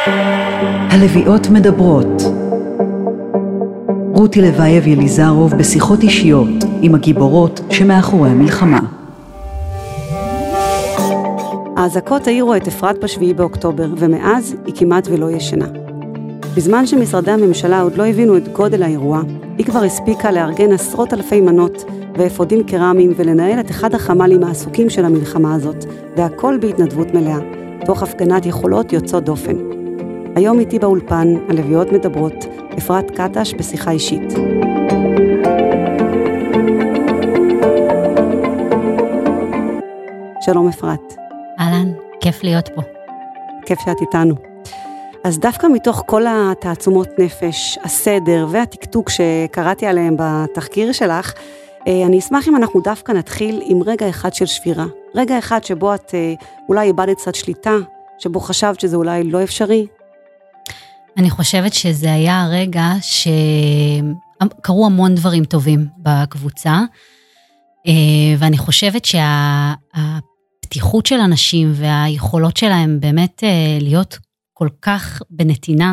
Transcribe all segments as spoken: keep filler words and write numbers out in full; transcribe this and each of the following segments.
הלוויות מדברות. רותי לוייב יליזרוב בשיחות אישיות עם הגיבורות שמאחורי המלחמה. האזעקות העירו את אפרת בשביעי באוקטובר, ומאז היא כמעט ולא ישנה. בזמן שמשרדי הממשלה עוד לא הבינו את גודל האירוע, היא כבר הספיקה לארגן עשרות אלפי מנות ואפודים קרמיים ולנהל את אחד החמ"לים העסוקים של המלחמה הזאת, והכל בהתנדבות מלאה, תוך הפגנת יכולות יוצאות דופן. היום איתי באולפן, הלוויות מדברות, אפרת קטש בשיחה אישית. שלום אפרת. אהלן, כיף להיות פה. כיף שאת איתנו. אז דווקא מתוך כל התעצומות נפש, הסדר והתקתוק שקראתי עליהם בתחקיר שלך, אני אשמח אם אנחנו דווקא נתחיל עם רגע אחד של שבירה. רגע אחד שבו את אולי איבדת קצת שליטה, שבו חשבת שזה אולי לא אפשרי. אני חושבת שזה היה הרגע שקרו המון דברים טובים בקבוצה, ואני חושבת שהפתיחות של אנשים והיכולות שלהם באמת להיות כל כך בנתינה,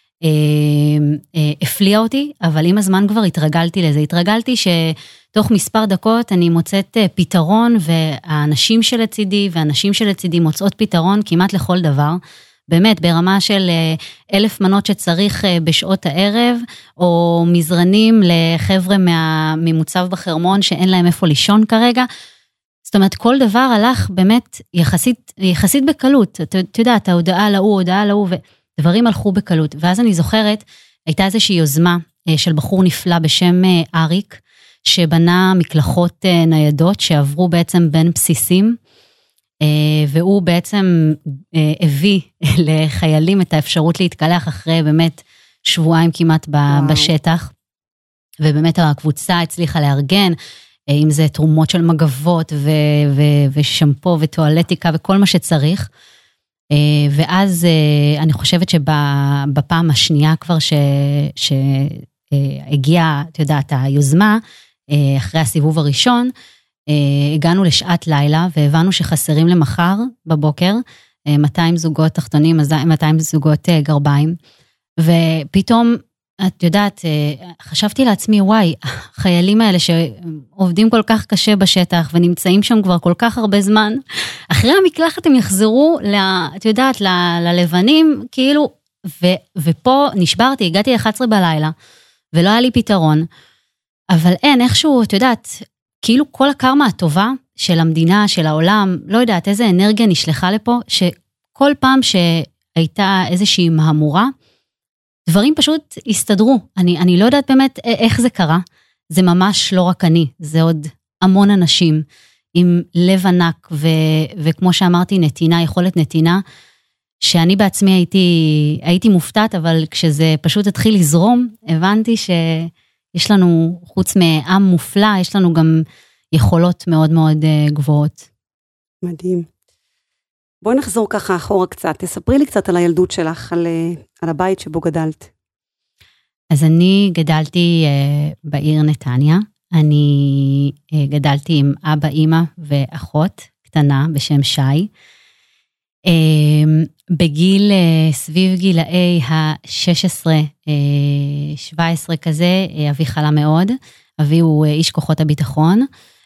הפליאה אותי, אבל עם הזמן כבר התרגלתי לזה. התרגלתי שתוך מספר דקות אני מוצאת פתרון, והאנשים שלצידי והאנשים שלצידי מוצאות פתרון כמעט לכל דבר, באמת ברמה של אלף מנות שצריך בשעות הערב, או מזרנים לחבר'ה ממוצב בחרמון שאין להם איפה לישון כרגע. זאת אומרת, כל דבר הלך באמת יחסית, יחסית בקלות. אתה, אתה יודע, אתה הודעה להוא, הודעה להוא, ודברים הלכו בקלות. ואז אני זוכרת, הייתה איזושהי יוזמה של בחור נפלא בשם אריק, שבנה מקלחות ניידות שעברו בעצם בין בסיסים, והוא בעצם הביא לחיילים את האפשרות להתקלח אחרי באמת שבועיים כמעט בשטח, ובאמת הקבוצה הצליחה לארגן, אם זה תרומות של מגבות ו- ו- ושמפו וטואלטיקה וכל מה שצריך, ואז אני חושבת שבפעם השנייה כבר שהגיעה, את יודעת, היוזמה, אחרי הסיבוב הראשון, הגענו לשעת לילה, והבנו שחסרים למחר בבוקר, מאתיים זוגות תחתונים, מאתיים זוגות גרביים, ופתאום, את יודעת, חשבתי לעצמי, וואי, החיילים האלה שעובדים כל כך קשה בשטח, ונמצאים שם כבר כל כך הרבה זמן, אחרי המקלחת הם יחזרו, את יודעת, ללבנים, כאילו, ופה נשברתי, הגעתי ל-אחת עשרה בלילה, ולא היה לי פתרון, אבל אין, איכשהו, את יודעת, כאילו כל הקרמה הטובה של המדינה, של העולם, לא יודעת איזה אנרגיה נשלחה לפה, שכל פעם שהייתה איזושהי מהמורה, דברים פשוט הסתדרו. אני, אני לא יודעת באמת איך זה קרה. זה ממש לא רק אני, זה עוד המון אנשים עם לב ענק, ו, וכמו שאמרתי, נתינה, יכולת נתינה, שאני בעצמי הייתי, הייתי מופתעת, אבל כשזה פשוט התחיל לזרום, הבנתי ש... יש לנו, חוץ מעם מופלא, יש לנו גם יכולות מאוד מאוד גבוהות. מדהים. בואי נחזור ככה אחורה קצת, תספרי לי קצת על הילדות שלך, על, על הבית שבו גדלת. אז אני גדלתי בעיר נתניה, אני גדלתי עם אבא, אמא ואחות קטנה בשם שי, בגיל, סביב גילאי ה-שש עשרה, שבע עשרה כזה, אבי חלה מאוד, אבי הוא איש כוחות הביטחון,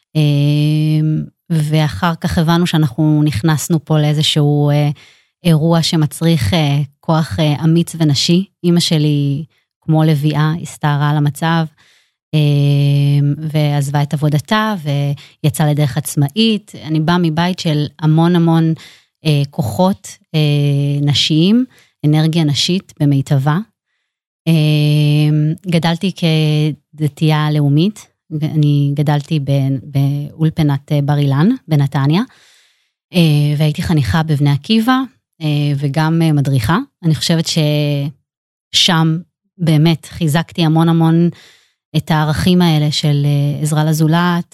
ואחר כך הבנו שאנחנו נכנסנו פה לאיזשהו אירוע שמצריך כוח אמיץ ונשי, אמא שלי כמו לביאה הסתערה על המצב, ועזבה את עבודתה, ויצאה לדרך עצמאית, אני באה מבית של המון המון, כוחות נשיים, אנרגיה נשית במיטבה. גדלתי כדתייה לאומית, אני גדלתי באולפנת בר אילן בנתניה, והייתי חניכה בבני עקיבא, וגם מדריכה. אני חושבת ששם באמת חיזקתי המון המון את הערכים האלה של עזרה לזולת,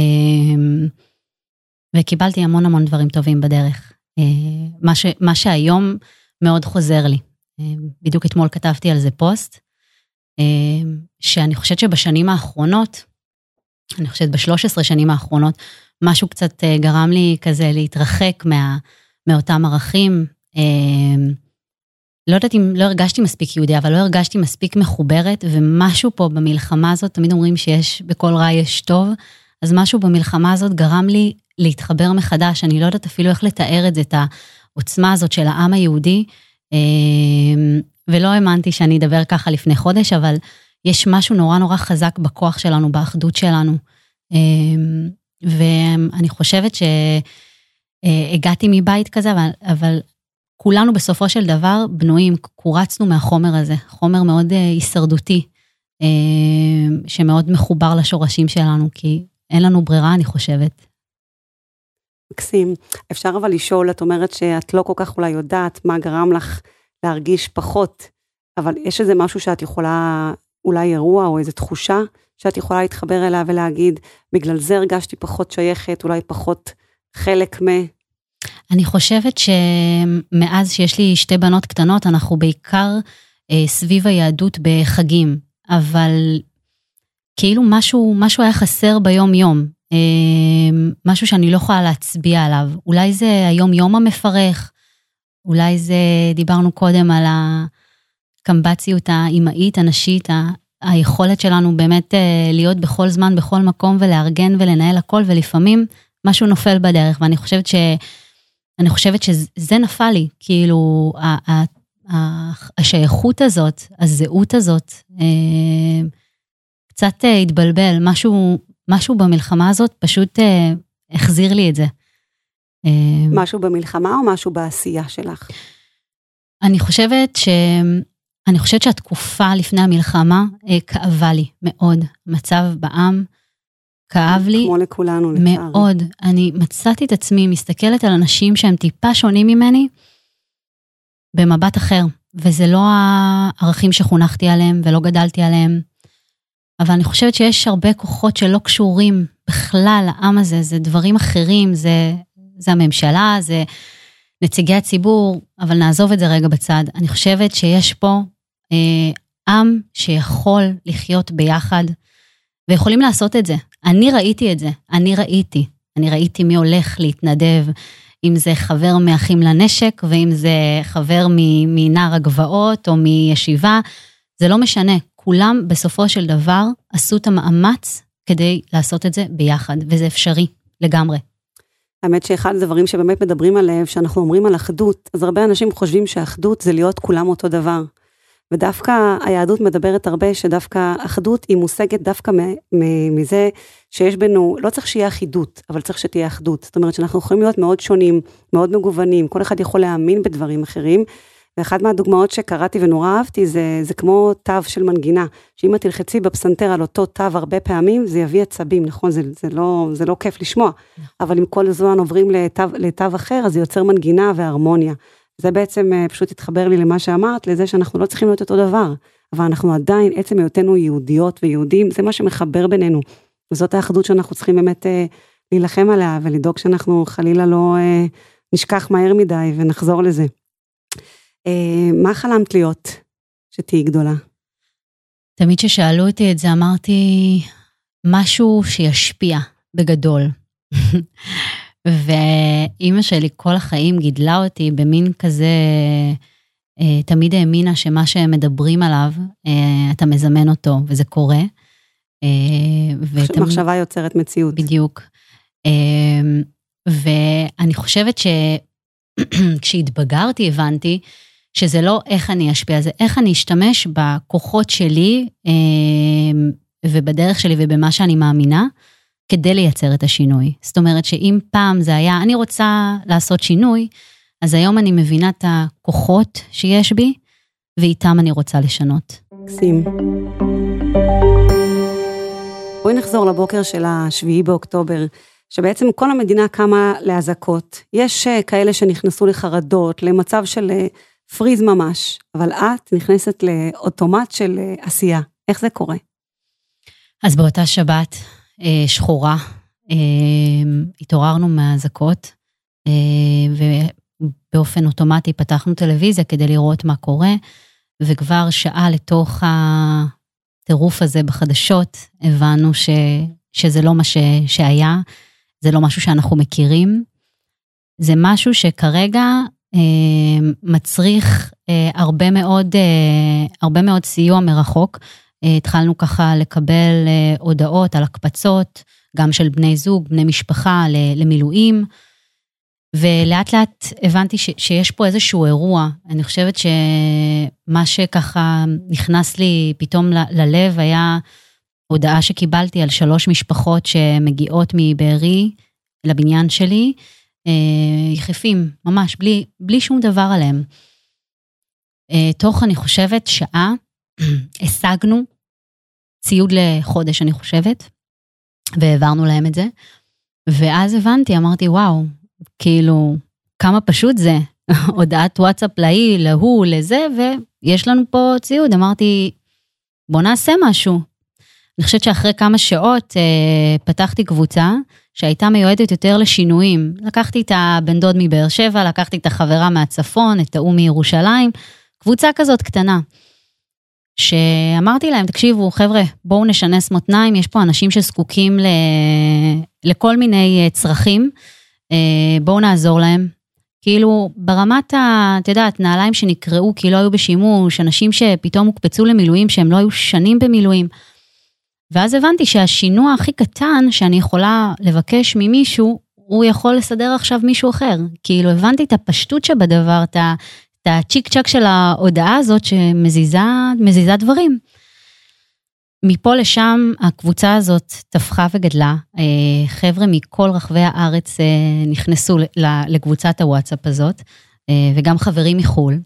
וקיבלתי המון המון דברים טובים בדרך. מה, ש, מה שהיום מאוד חוזר לי. בדיוק אתמול כתבתי על זה פוסט, שאני חושבת שבשנים האחרונות, אני חושבת בשלוש עשרה שנים האחרונות, משהו קצת גרם לי כזה להתרחק מה, מאותם ערכים, לא יודעת אם לא הרגשתי מספיק יהודי, אבל לא הרגשתי מספיק מחוברת, ומשהו פה במלחמה הזאת, תמיד אומרים שיש, בכל רע יש טוב, אז משהו במלחמה הזאת גרם לי להתחבר מחדש, אני לא יודעת אפילו איך לתאר את זה, את העוצמה הזאת של העם היהודי, ולא האמנתי שאני אדבר ככה לפני חודש, אבל יש משהו נורא נורא חזק בכוח שלנו, באחדות שלנו, ואני חושבת שהגעתי מבית כזה, אבל, אבל כולנו בסופו של דבר בנויים, קורצנו מהחומר הזה, חומר מאוד הישרדותי, שמאוד מחובר לשורשים שלנו, כי אין לנו ברירה, אני חושבת. מקסים. אפשר אבל לשאול, את אומרת שאת לא כל כך אולי יודעת מה גרם לך להרגיש פחות, אבל יש איזה משהו שאת יכולה, אולי אירוע או איזו תחושה, שאת יכולה להתחבר אליה ולהגיד, בגלל זה הרגשתי פחות שייכת, אולי פחות חלק מ... אני חושבת שמאז שיש לי שתי בנות קטנות, אנחנו בעיקר אה, סביב היהדות בחגים, אבל כאילו משהו, משהו היה חסר ביום יום, אה, משהו שאני לא יכולה להצביע עליו, אולי זה היום יום המפרך, אולי זה, דיברנו קודם על הקמבציות האימהית, הנשית, היכולת שלנו באמת אה, להיות בכל זמן, בכל מקום ולארגן ולנהל הכל, ולפעמים משהו נופל בדרך, ואני חושבת ש... אני חושבת שזה נפל לי, כאילו, השייכות הזאת, הזהות הזאת, קצת התבלבל, משהו, משהו במלחמה הזאת פשוט החזיר לי את זה. משהו במלחמה או משהו בעשייה שלך? אני חושבת ש... אני חושבת שהתקופה לפני המלחמה כאבה לי מאוד, מצב בעם, כאב לי כמו לכולנו, לצערי. מאוד. אני מצאתי את עצמי, מסתכלת על אנשים שהם טיפה שונים ממני, במבט אחר, וזה לא הערכים שחונכתי עליהם, ולא גדלתי עליהם, אבל אני חושבת שיש הרבה כוחות שלא קשורים בכלל לעם הזה, זה דברים אחרים, זה, זה הממשלה, זה נציגי הציבור, אבל נעזוב את זה רגע בצד. אני חושבת שיש פה אה, עם שיכול לחיות ביחד, ויכולים לעשות את זה. אני ראיתי את זה, אני ראיתי, אני ראיתי מי הולך להתנדב, אם זה חבר מאחים לנשק, ואם זה חבר מנער הגבעות, או מישיבה, זה לא משנה, כולם בסופו של דבר, עשו את המאמץ, כדי לעשות את זה ביחד, וזה אפשרי, לגמרי. האמת שאחד הדברים שבאמת מדברים עליהם, שאנחנו אומרים על אחדות, אז הרבה אנשים חושבים שאחדות זה להיות כולם אותו דבר, ודווקא היהדות מדברת הרבה שדווקא אחדות היא מושגת דווקא מזה שיש בינו, לא צריך שיהיה אחידות, אבל צריך שתהיה אחדות. זאת אומרת שאנחנו יכולים להיות מאוד שונים, מאוד מגוונים, כל אחד יכול להאמין בדברים אחרים, ואחת מהדוגמאות שקראתי ונורא אהבתי, זה, זה כמו תו של מנגינה, שאם את תלחצי בפסנתר על אותו תו הרבה פעמים, זה יביא עצבים, נכון? זה, זה, לא, זה לא כיף לשמוע, אבל אם כל הזמן עוברים לתו, לתו אחר, אז זה יוצר מנגינה והרמוניה. זה בעצם פשוט התחבר לי למה שאמרת, לזה שאנחנו לא צריכים להיות אותו דבר, אבל אנחנו עדיין, עצם היותנו יהודיות ויהודים, זה מה שמחבר בינינו, וזאת האחדות שאנחנו צריכים באמת אה, להילחם עליה, ולדאוג שאנחנו חלילה לא אה, נשכח מהר מדי, ונחזור לזה. אה, מה חלמת להיות שתהי גדולה? תמיד ששאלו אותי את זה, אמרתי, משהו שישפיע בגדול. ואימא שלי כל החיים גידלה אותי במין כזה, תמיד האמינה שמה שהם מדברים עליו, אתה מזמן אותו, וזה קורה. מחשבה יוצרת מציאות. בדיוק. ואני חושבת שכשהתבגרתי הבנתי, שזה לא איך אני אשפיע, זה איך אני אשתמש בכוחות שלי, ובדרך שלי ובמה שאני מאמינה, כדי לייצר את השינוי. זאת אומרת שאם פעם זה היה, אני רוצה לעשות שינוי, אז היום אני מבינה את הכוחות שיש בי, ואיתם אני רוצה לשנות. מקסים. בואי נחזור לבוקר של השביעי באוקטובר, שבעצם כל המדינה קמה להזעקות. יש כאלה שנכנסו לחרדות, למצב של פריז ממש, אבל את נכנסת לאוטומט של עשייה. איך זה קורה? אז באותה שבת, שחורה, התעוררנו מהזעקות, ובאופן אוטומטי פתחנו טלוויזיה כדי לראות מה קורה, וכבר שעה לתוך הטירוף הזה בחדשות, הבנו ש, שזה לא מה ש, שהיה, זה לא משהו שאנחנו מכירים, זה משהו שכרגע מצריך הרבה מאוד, הרבה מאוד סיוע מרחוק. התחלנו ככה לקבל הודעות על הקפצות, גם של בני זוג, בני משפחה, למילואים, ולאט לאט הבנתי ש, שיש פה איזשהו אירוע. אני חושבת שמה שככה נכנס לי פתאום ל, ללב היה הודעה שקיבלתי על שלוש משפחות שמגיעות מבארי לבניין שלי, יחפים, ממש, בלי, בלי שום דבר עליהם. תוך, אני חושבת, שעה, השגנו ציוד לחודש, אני חושבת, והעברנו להם את זה, ואז הבנתי, אמרתי, וואו, כאילו, כמה פשוט זה, הודעת וואטסאפ להיא, להוא, לזה, ויש לנו פה ציוד, אמרתי, בוא נעשה משהו. אני חושבת שאחרי כמה שעות אה, פתחתי קבוצה, שהייתה מיועדת יותר לשינויים. לקחתי את הבן דוד מבאר שבע, לקחתי את החברה מהצפון, את האום מירושלים, קבוצה כזאת קטנה. שאמרתי להם, תקשיבו, חבר'ה, בואו נשנס מותניים, יש פה אנשים שזקוקים ל... לכל מיני צרכים, בואו נעזור להם. כאילו, ברמת, ה... אתה יודעת, נעליים שנקראו כי לא היו בשימוש, אנשים שפתאום הוקפצו למילואים, שהם לא היו שנים במילואים. ואז הבנתי שהשינוע הכי קטן שאני יכולה לבקש ממישהו, הוא יכול לסדר עכשיו מישהו אחר. כאילו, הבנתי את הפשטות שבדבר, את ה... את הצ'יק צ'ק של ההודעה הזאת שמזיזה, מזיזה דברים. מפה לשם הקבוצה הזאת תפחה וגדלה, חבר'ה מכל רחבי הארץ נכנסו לקבוצת הוואטסאפ הזאת, וגם חברים מחול,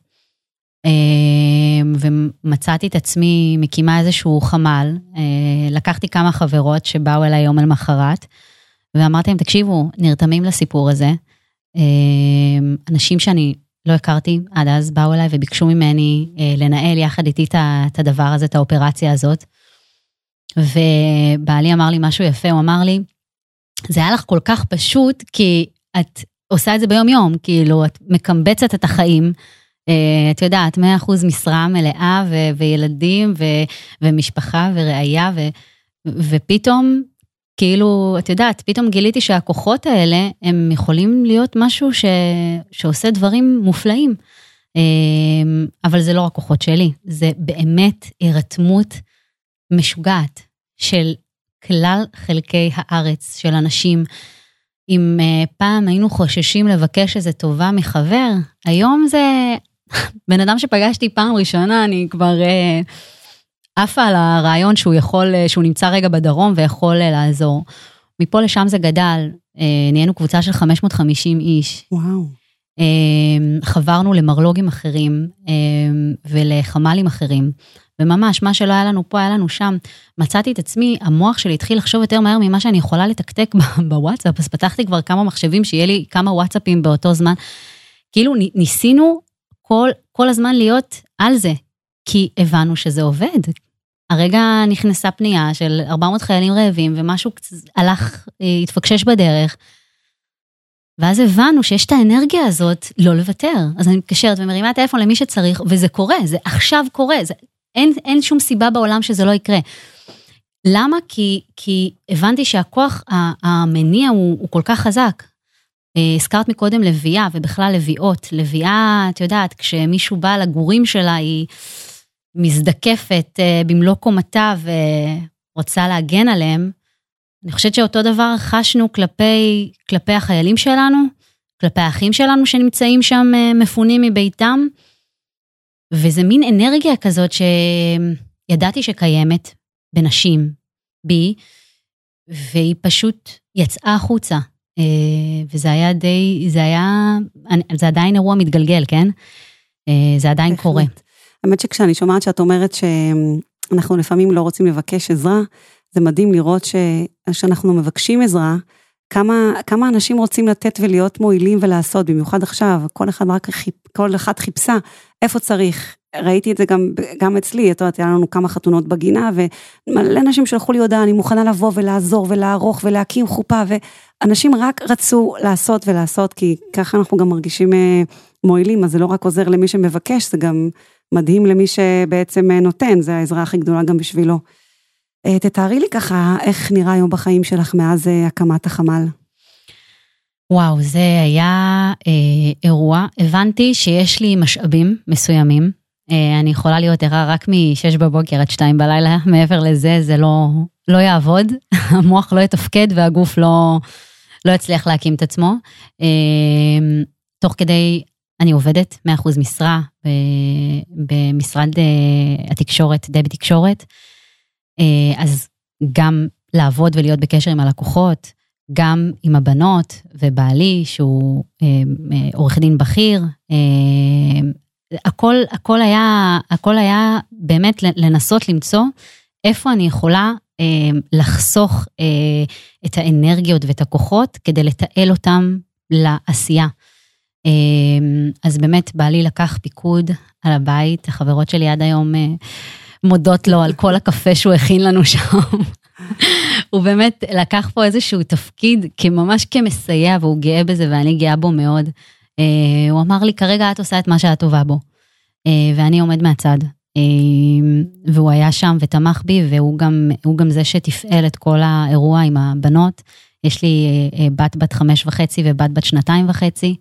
ומצאתי את עצמי מקימה איזשהו חמל, לקחתי כמה חברות שבאו אליי יום למחרת, ואמרתי להם, תקשיבו, נרתמים לסיפור הזה, אנשים שאני לא הכרתי, עד אז באו אליי וביקשו ממני אה, לנהל יחד איתי את הדבר הזה, את האופרציה הזאת, ובעלי אמר לי משהו יפה, הוא אמר לי, זה היה לך כל כך פשוט, כי את עושה את זה ביום יום, כאילו את מקמבצת את החיים, אה, את יודעת, מאה אחוז משרה מלאה, ו- וילדים, ו- ומשפחה, וראייה, ו- ופתאום, כאילו, את יודעת, פתאום גיליתי שהכוחות האלה, הם יכולים להיות משהו ש... שעושה דברים מופלאים. אבל זה לא רק כוחות שלי, זה באמת הרתמות משוגעת של כלל חלקי הארץ, של אנשים. אם פעם היינו חוששים לבקש איזה טובה מחבר, היום זה בן אדם שפגשתי פעם ראשונה, אני כבר... עפה על הרעיון שהוא יכול, שהוא נמצא רגע בדרום ויכול לעזור. מפה לשם זה גדל, נהיינו קבוצה של חמש מאות וחמישים איש. וואו. חברנו למרלוגים אחרים ולחמלים אחרים, וממש מה שלא היה לנו פה היה לנו שם. מצאתי את עצמי, המוח שלי התחיל לחשוב יותר מהר ממה שאני יכולה לתקתק בוואטסאפ, אז פתחתי כבר כמה מחשבים שיהיה לי כמה וואטסאפים באותו זמן. כאילו ניסינו כל, כל הזמן להיות על זה. כי הבנו שזה עובד. הרגע נכנסה פנייה של ארבע מאות חיילים רעבים, ומשהו הלך, התפקשש בדרך, ואז הבנו שיש את האנרגיה הזאת לא לוותר. אז אני מתקשרת ומרימה את האפון למי שצריך, וזה קורה, זה עכשיו קורה, זה, אין, אין שום סיבה בעולם שזה לא יקרה. למה? כי, כי הבנתי שהכוח המניע הוא, הוא כל כך חזק. הזכרת מקודם לביאה, ובכלל לביאות. לביאה, את יודעת, כשמישהו בא לגורים שלה, היא מזדקפת במלוא קומתה, ורוצה להגן עליהם. אני חושבת שאותו דבר חשנו כלפי, כלפי החיילים שלנו, כלפי האחים שלנו שנמצאים שם מפונים מביתם, וזה מין אנרגיה כזאת שידעתי שקיימת בנשים, בי, והיא פשוט יצאה החוצה. וזה היה די, זה היה, זה עדיין אירוע מתגלגל, כן? זה עדיין קורה. האמת שכשאני שומעת שאת אומרת שאנחנו לפעמים לא רוצים לבקש עזרה, זה מדהים לראות שאנחנו מבקשים עזרה, כמה, כמה אנשים רוצים לתת ולהיות מועילים ולעשות, במיוחד עכשיו, כל אחד רק חיפ, כל אחד חיפשה, איפה צריך, ראיתי את זה גם, גם אצלי, את יודעת, היה לנו כמה חתונות בגינה, ומלא אנשים שלחו לי הודעה, אני מוכנה לבוא ולעזור ולערוך ולהקים חופה, ואנשים רק רצו לעשות ולעשות, כי ככה אנחנו גם מרגישים מועילים, אז זה לא רק עוזר למי שמבקש, זה גם מדהים למי שבעצם נותן, זה העזרה הכי גדולה גם בשבילו. תתארי לי ככה, איך נראה היום בחיים שלך מאז הקמת החמ"ל? וואו, זה היה אה, אירוע. הבנתי שיש לי משאבים מסוימים. אה, אני יכולה להיות ערה רק מ-שש בבוקר עד שתיים בלילה. מעבר לזה, זה לא, לא יעבוד. המוח לא יתפקד והגוף לא, לא יצליח להקים את עצמו. אה, תוך כדי, אני עובדת מאה אחוז משרה במשרד אה, התקשורת, דבי תקשורת. אה, אז גם לעבוד ולהיות בקשר עם הלקוחות, גם עם הבנות ובעלי, שהוא אה, אה, עורך דין בכיר, אה, הכל, הכל היה, הכל היה באמת לנסות למצוא איפה אני יכולה אה, לחסוך אה, את האנרגיות ואת הכוחות, כדי לתעל אותם לעשייה. אה, אז באמת בעלי לקח פיקוד על הבית, החברות שלי עד היום אה, מודות לו על כל הקפה שהוא הכין לנו שם. הוא באמת לקח פה איזשהו תפקיד ממש כמסייע, והוא גאה בזה ואני גאה בו מאוד. הוא אמר לי, כרגע את עושה את מה שאת טובה בו, ואני עומד מהצד. והוא היה שם ותמך בי, והוא גם, הוא גם זה שתפעל את כל האירוע עם הבנות. יש לי בת בת חמש וחצי ובת בת שנתיים וחצי,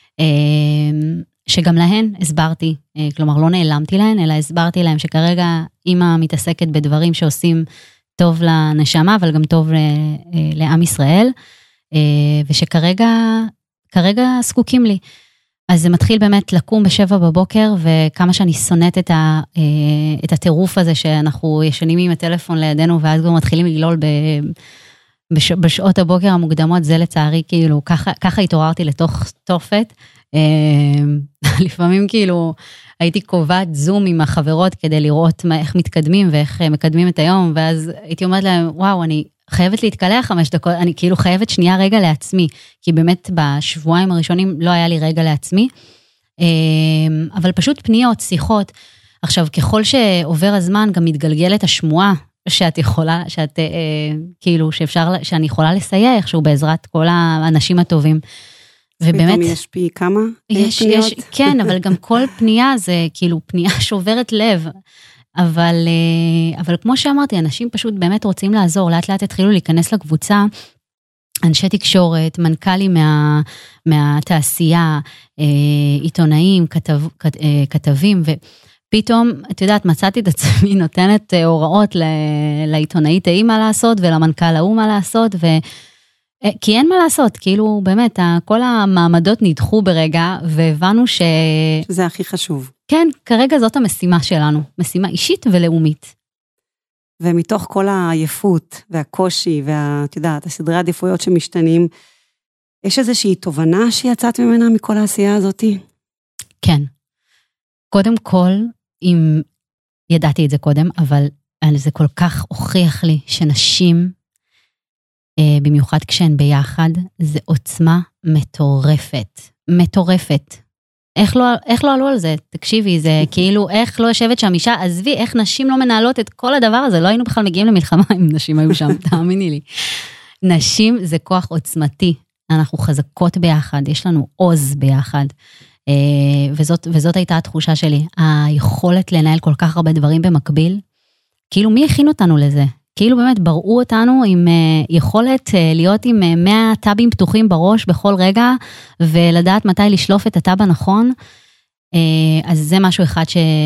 שגם להן הסברתי, כלומר לא נעלמתי להן, אלא הסברתי להן שכרגע אמא מתעסקת בדברים שעושים טוב לנשמה, אבל גם טוב לעם ישראל, ושכרגע כרגע זקוקים לי. אז זה מתחיל באמת לקום בשבע בבוקר, וכמה שאני שונאת את, ה, את הטירוף הזה, שאנחנו ישנים עם הטלפון לידינו, ואז כבר מתחילים לגלול ב, בש, בשעות הבוקר המוקדמות, זה לצערי כאילו, ככה, ככה התעוררתי לתוך תופת, לפעמים כאילו, הייתי קובעת זום עם החברות, כדי לראות מה, איך מתקדמים, ואיך מקדמים את היום, ואז הייתי אומרת להם, וואו, אני חייבת להתקלח חמש דקות, אני כאילו חייבת שנייה רגע לעצמי, כי באמת בשבועיים הראשונים לא היה לי רגע לעצמי, אבל פשוט פניות, שיחות. עכשיו, ככל שעובר הזמן, גם מתגלגלת השמועה, שאת יכולה, שאת, כאילו, שאפשר, שאני יכולה לסייע איכשהו בעזרת כל האנשים הטובים. ובאמת, פתאום יש פי כמה יש, פניות? יש, כן, אבל גם כל פנייה זה כאילו פנייה שוברת לב, אבל, אבל כמו שאמרתי, אנשים פשוט באמת רוצים לעזור, לאט לאט התחילו להיכנס לקבוצה, אנשי תקשורת, מנכ"לים מה, מהתעשייה, עיתונאים, כתב, כתבים, ופתאום, את יודעת, מצאתי את עצמי נותנת הוראות לעיתונאית ההיא מה לעשות, ולמנכ"ל ההוא מה לעשות, ו... כי אין מה לעשות, כאילו באמת, כל המעמדות נדחו ברגע, והבנו ש... שזה הכי חשוב. כן, כרגע זאת המשימה שלנו, משימה אישית ולאומית. ומתוך כל העייפות והקושי, ואת יודעת, הסדרי העדיפויות שמשתנים, יש איזושהי תובנה שיצאת ממנה מכל העשייה הזאת? כן. קודם כל, אם ידעתי את זה קודם, אבל זה כל כך הוכיח לי שנשים, במיוחד כשהן ביחד, זה עוצמה מטורפת, מטורפת. איך לא, איך לא עלו על זה? תקשיבי, זה כאילו, איך לא יושבת שם אישה, עזבי, איך נשים לא מנהלות את כל הדבר הזה, לא היינו בכלל מגיעים למלחמה אם נשים היו שם, תאמיני לי. נשים זה כוח עוצמתי, אנחנו חזקות ביחד, יש לנו עוז ביחד, וזאת, וזאת הייתה התחושה שלי, היכולת לנהל כל כך הרבה דברים במקביל, כאילו מי הכין אותנו לזה? כאילו באמת בראו אותנו עם יכולת להיות עם מאה טאבים פתוחים בראש בכל רגע, ולדעת מתי לשלוף את הטאב הנכון. אז זה משהו אחד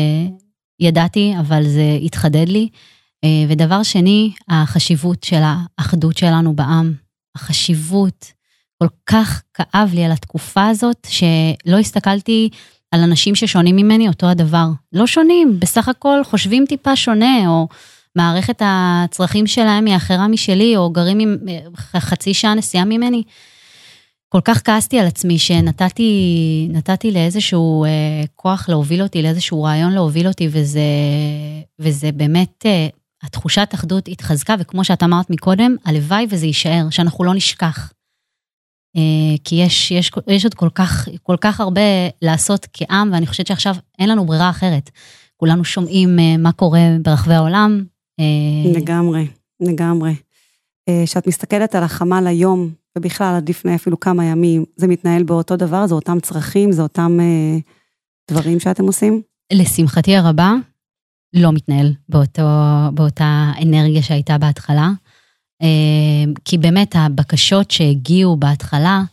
שידעתי, אבל זה התחדד לי. ודבר שני, החשיבות של האחדות שלנו בעם. החשיבות, כל כך כאב לי על התקופה הזאת, שלא הסתכלתי על אנשים ששונים ממני אותו הדבר. לא שונים, בסך הכל חושבים טיפה שונה, או... מערכת הצרכים שלהם היא אחרה משלי, או גרים עם חצי שעה נסיעה ממני. כל כך כעסתי על עצמי, שנתתי נתתי לאיזשהו אה, כוח להוביל אותי, לאיזשהו רעיון להוביל אותי, וזה, וזה באמת, אה, התחושת אחדות התחזקה, וכמו שאת אמרת מקודם, הלוואי וזה יישאר, שאנחנו לא נשכח. אה, כי יש, יש, יש עוד כל כך, כל כך הרבה לעשות כעם, ואני חושבת שעכשיו אין לנו ברירה אחרת. כולנו שומעים אה, מה קורה ברחבי העולם, לגמרי, לגמרי. שאת מסתכלת על החמ"ל היום, ובכלל עד לפני אפילו כמה ימים, זה מתנהל באותו דבר, זה אותם צרכים, זה אותם דברים שאתם עושים? לשמחתי הרבה, לא מתנהל באותו, באותה אנרגיה שהייתה בהתחלה, כי באמת הבקשות שהגיעו בהתחלה,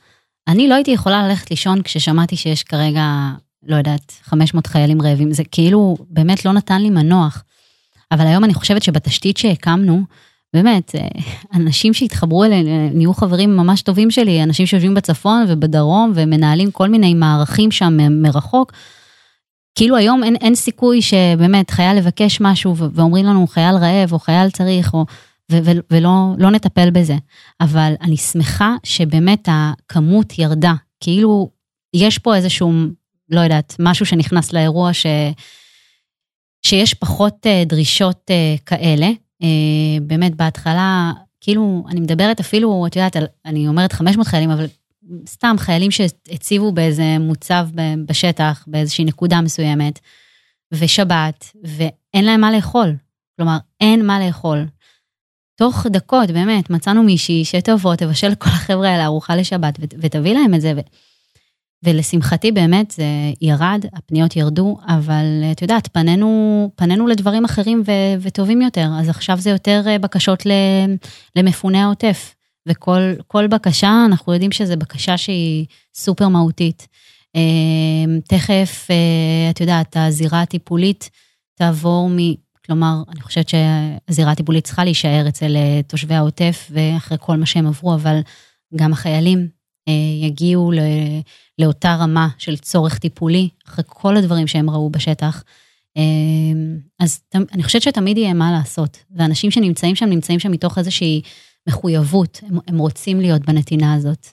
אני לא הייתי יכולה ללכת לישון כששמעתי שיש כרגע, לא יודעת, חמש מאות חיילים רעבים, זה כאילו באמת לא נתן לי מנוח, אבל היום אני חושבת שבתשתית שהקמנו, באמת, אנשים שהתחברו אליהם, נהיו חברים ממש טובים שלי, אנשים שיושבים בצפון ובדרום, ומנהלים כל מיני מערכים שם מרחוק, כאילו היום אין, אין סיכוי שבאמת חייל לבקש משהו, ואומרים לנו חייל רעב, או חייל צריך, או, ו, ו, ולא לא נטפל בזה. אבל אני שמחה שבאמת הכמות ירדה, כאילו יש פה איזשהו, לא יודעת, משהו שנכנס לאירוע, ש, שיש פחות דרישות כאלה, באמת בהתחלה, כאילו אני מדברת אפילו, את יודעת, אני אומרת חמש מאות חיילים, אבל סתם חיילים שהציבו באיזה מוצב בשטח, באיזושהי נקודה מסוימת, ושבת, ואין להם מה לאכול. כלומר, אין מה לאכול. תוך דקות, באמת, מצאנו מישהי שתבוא, תבשל כל החבר'ה האלה ארוחה לשבת, ותביא להם את זה, ו... ולשמחתי באמת זה ירד, הפניות ירדו, אבל את יודעת, פנינו, פנינו לדברים אחרים ו... וטובים יותר, אז עכשיו זה יותר בקשות למפוני העוטף, וכל כל בקשה, אנחנו יודעים שזו בקשה שהיא סופר מהותית. תכף, את יודעת, הזירה הטיפולית תעבור מ... כלומר, אני חושבת שהזירה הטיפולית צריכה להישאר אצל תושבי העוטף, ואחרי כל מה שהם עברו, אבל גם החיילים יגיעו לאותה רמה של צורך טיפולי, אחרי כל הדברים שהם ראו בשטח. אז אני חושבת שתמיד יהיה מה לעשות, ואנשים שנמצאים שם, נמצאים שם מתוך איזושהי מחויבות, הם, הם רוצים להיות בנתינה הזאת.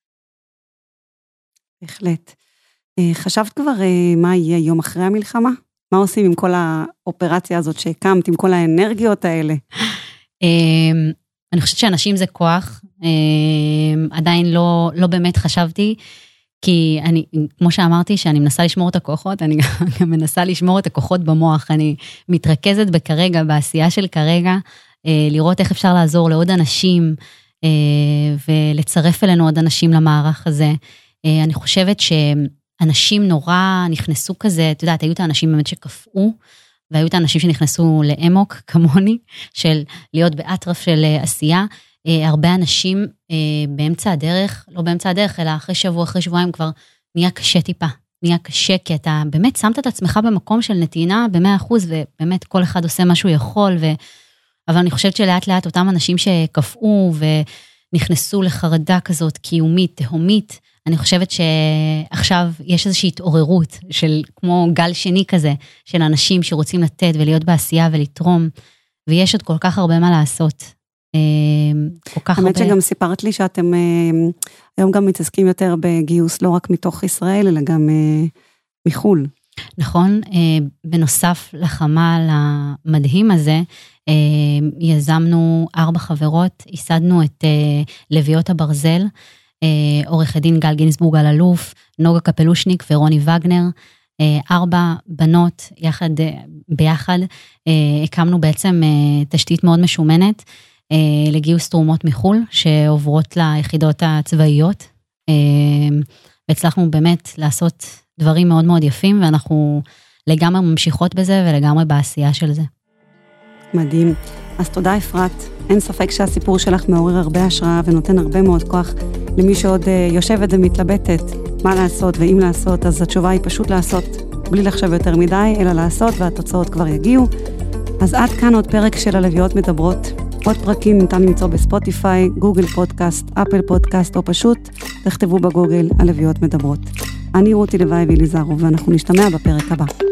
בהחלט. חשבת כבר מה יהיה יום אחרי המלחמה? מה עושים עם כל האופרציה הזאת שהקמת, עם כל האנרגיות האלה? אני חושבת שאנשים זה כוח, עדיין לא, לא באמת חשבתי, כי אני, כמו שאמרתי, שאני מנסה לשמור את הכוחות, אני גם מנסה לשמור את הכוחות במוח, אני מתרכזת בכרגע, בעשייה של כרגע, לראות איך אפשר לעזור לעוד אנשים, ולצרף אלינו עוד אנשים למערך הזה. אני חושבת שאנשים נורא נכנסו כזה, את יודעת, היו את האנשים באמת שקפאו, והיו את האנשים שנכנסו לאמוק, כמוני, של להיות באטרף של עשייה. הרבה אנשים באמצע הדרך, לא באמצע הדרך, אלא אחרי שבוע, אחרי שבועיים כבר נהיה קשה טיפה, נהיה קשה, כי אתה באמת שמת את עצמך במקום של נתינה ב-מאה אחוז, ובאמת כל אחד עושה מה שהוא יכול, ו... אבל אני חושבת שלאט לאט אותם אנשים שקפאו ונכנסו לחרדה כזאת קיומית, תהומית, אני חושבת שעכשיו יש איזושהי התעוררות של כמו גל שני כזה, של אנשים שרוצים לתת ולהיות בעשייה ולתרום, ויש עוד כל כך הרבה מה לעשות. כל כך הרבה... האמת שגם סיפרת לי שאתם היום גם מתעסקים יותר בגיוס, לא רק מתוך ישראל, אלא גם מחול. נכון, בנוסף לחמ"ל המדהים הזה, יזמנו ארבע חברות, ייסדנו את לביאות הברזל, עורך הדין גל גינסבורג על אלוף, נוגה קפלושניק ורוני וגנר, ארבע בנות יחד, ביחד, הקמנו בעצם תשתית מאוד משומנת, לגיוס תרומות מחול, שעוברות ליחידות הצבאיות, והצלחנו באמת לעשות דברים מאוד מאוד יפים, ואנחנו לגמרי ממשיכות בזה, ולגמרי בעשייה של זה. מדהים. אז תודה אפרת. אין ספק שהסיפור שלך מעורר הרבה השראה, ונותן הרבה מאוד כוח למי שעוד יושבת ומתלבטת מה לעשות ואם לעשות, אז התשובה היא פשוט לעשות, בלי לחשב יותר מדי, אלא לעשות, והתוצאות כבר יגיעו. אז עד כאן עוד פרק של הלוויות מדברות. עוד פרקים ניתן למצוא בספוטיפיי, גוגל פודקאסט, אפל פודקאסט, או פשוט תכתבו בגוגל הלוויות מדברות. אני רותי לוואי ואליזרו, ואנחנו נשתמע בפרק הבא.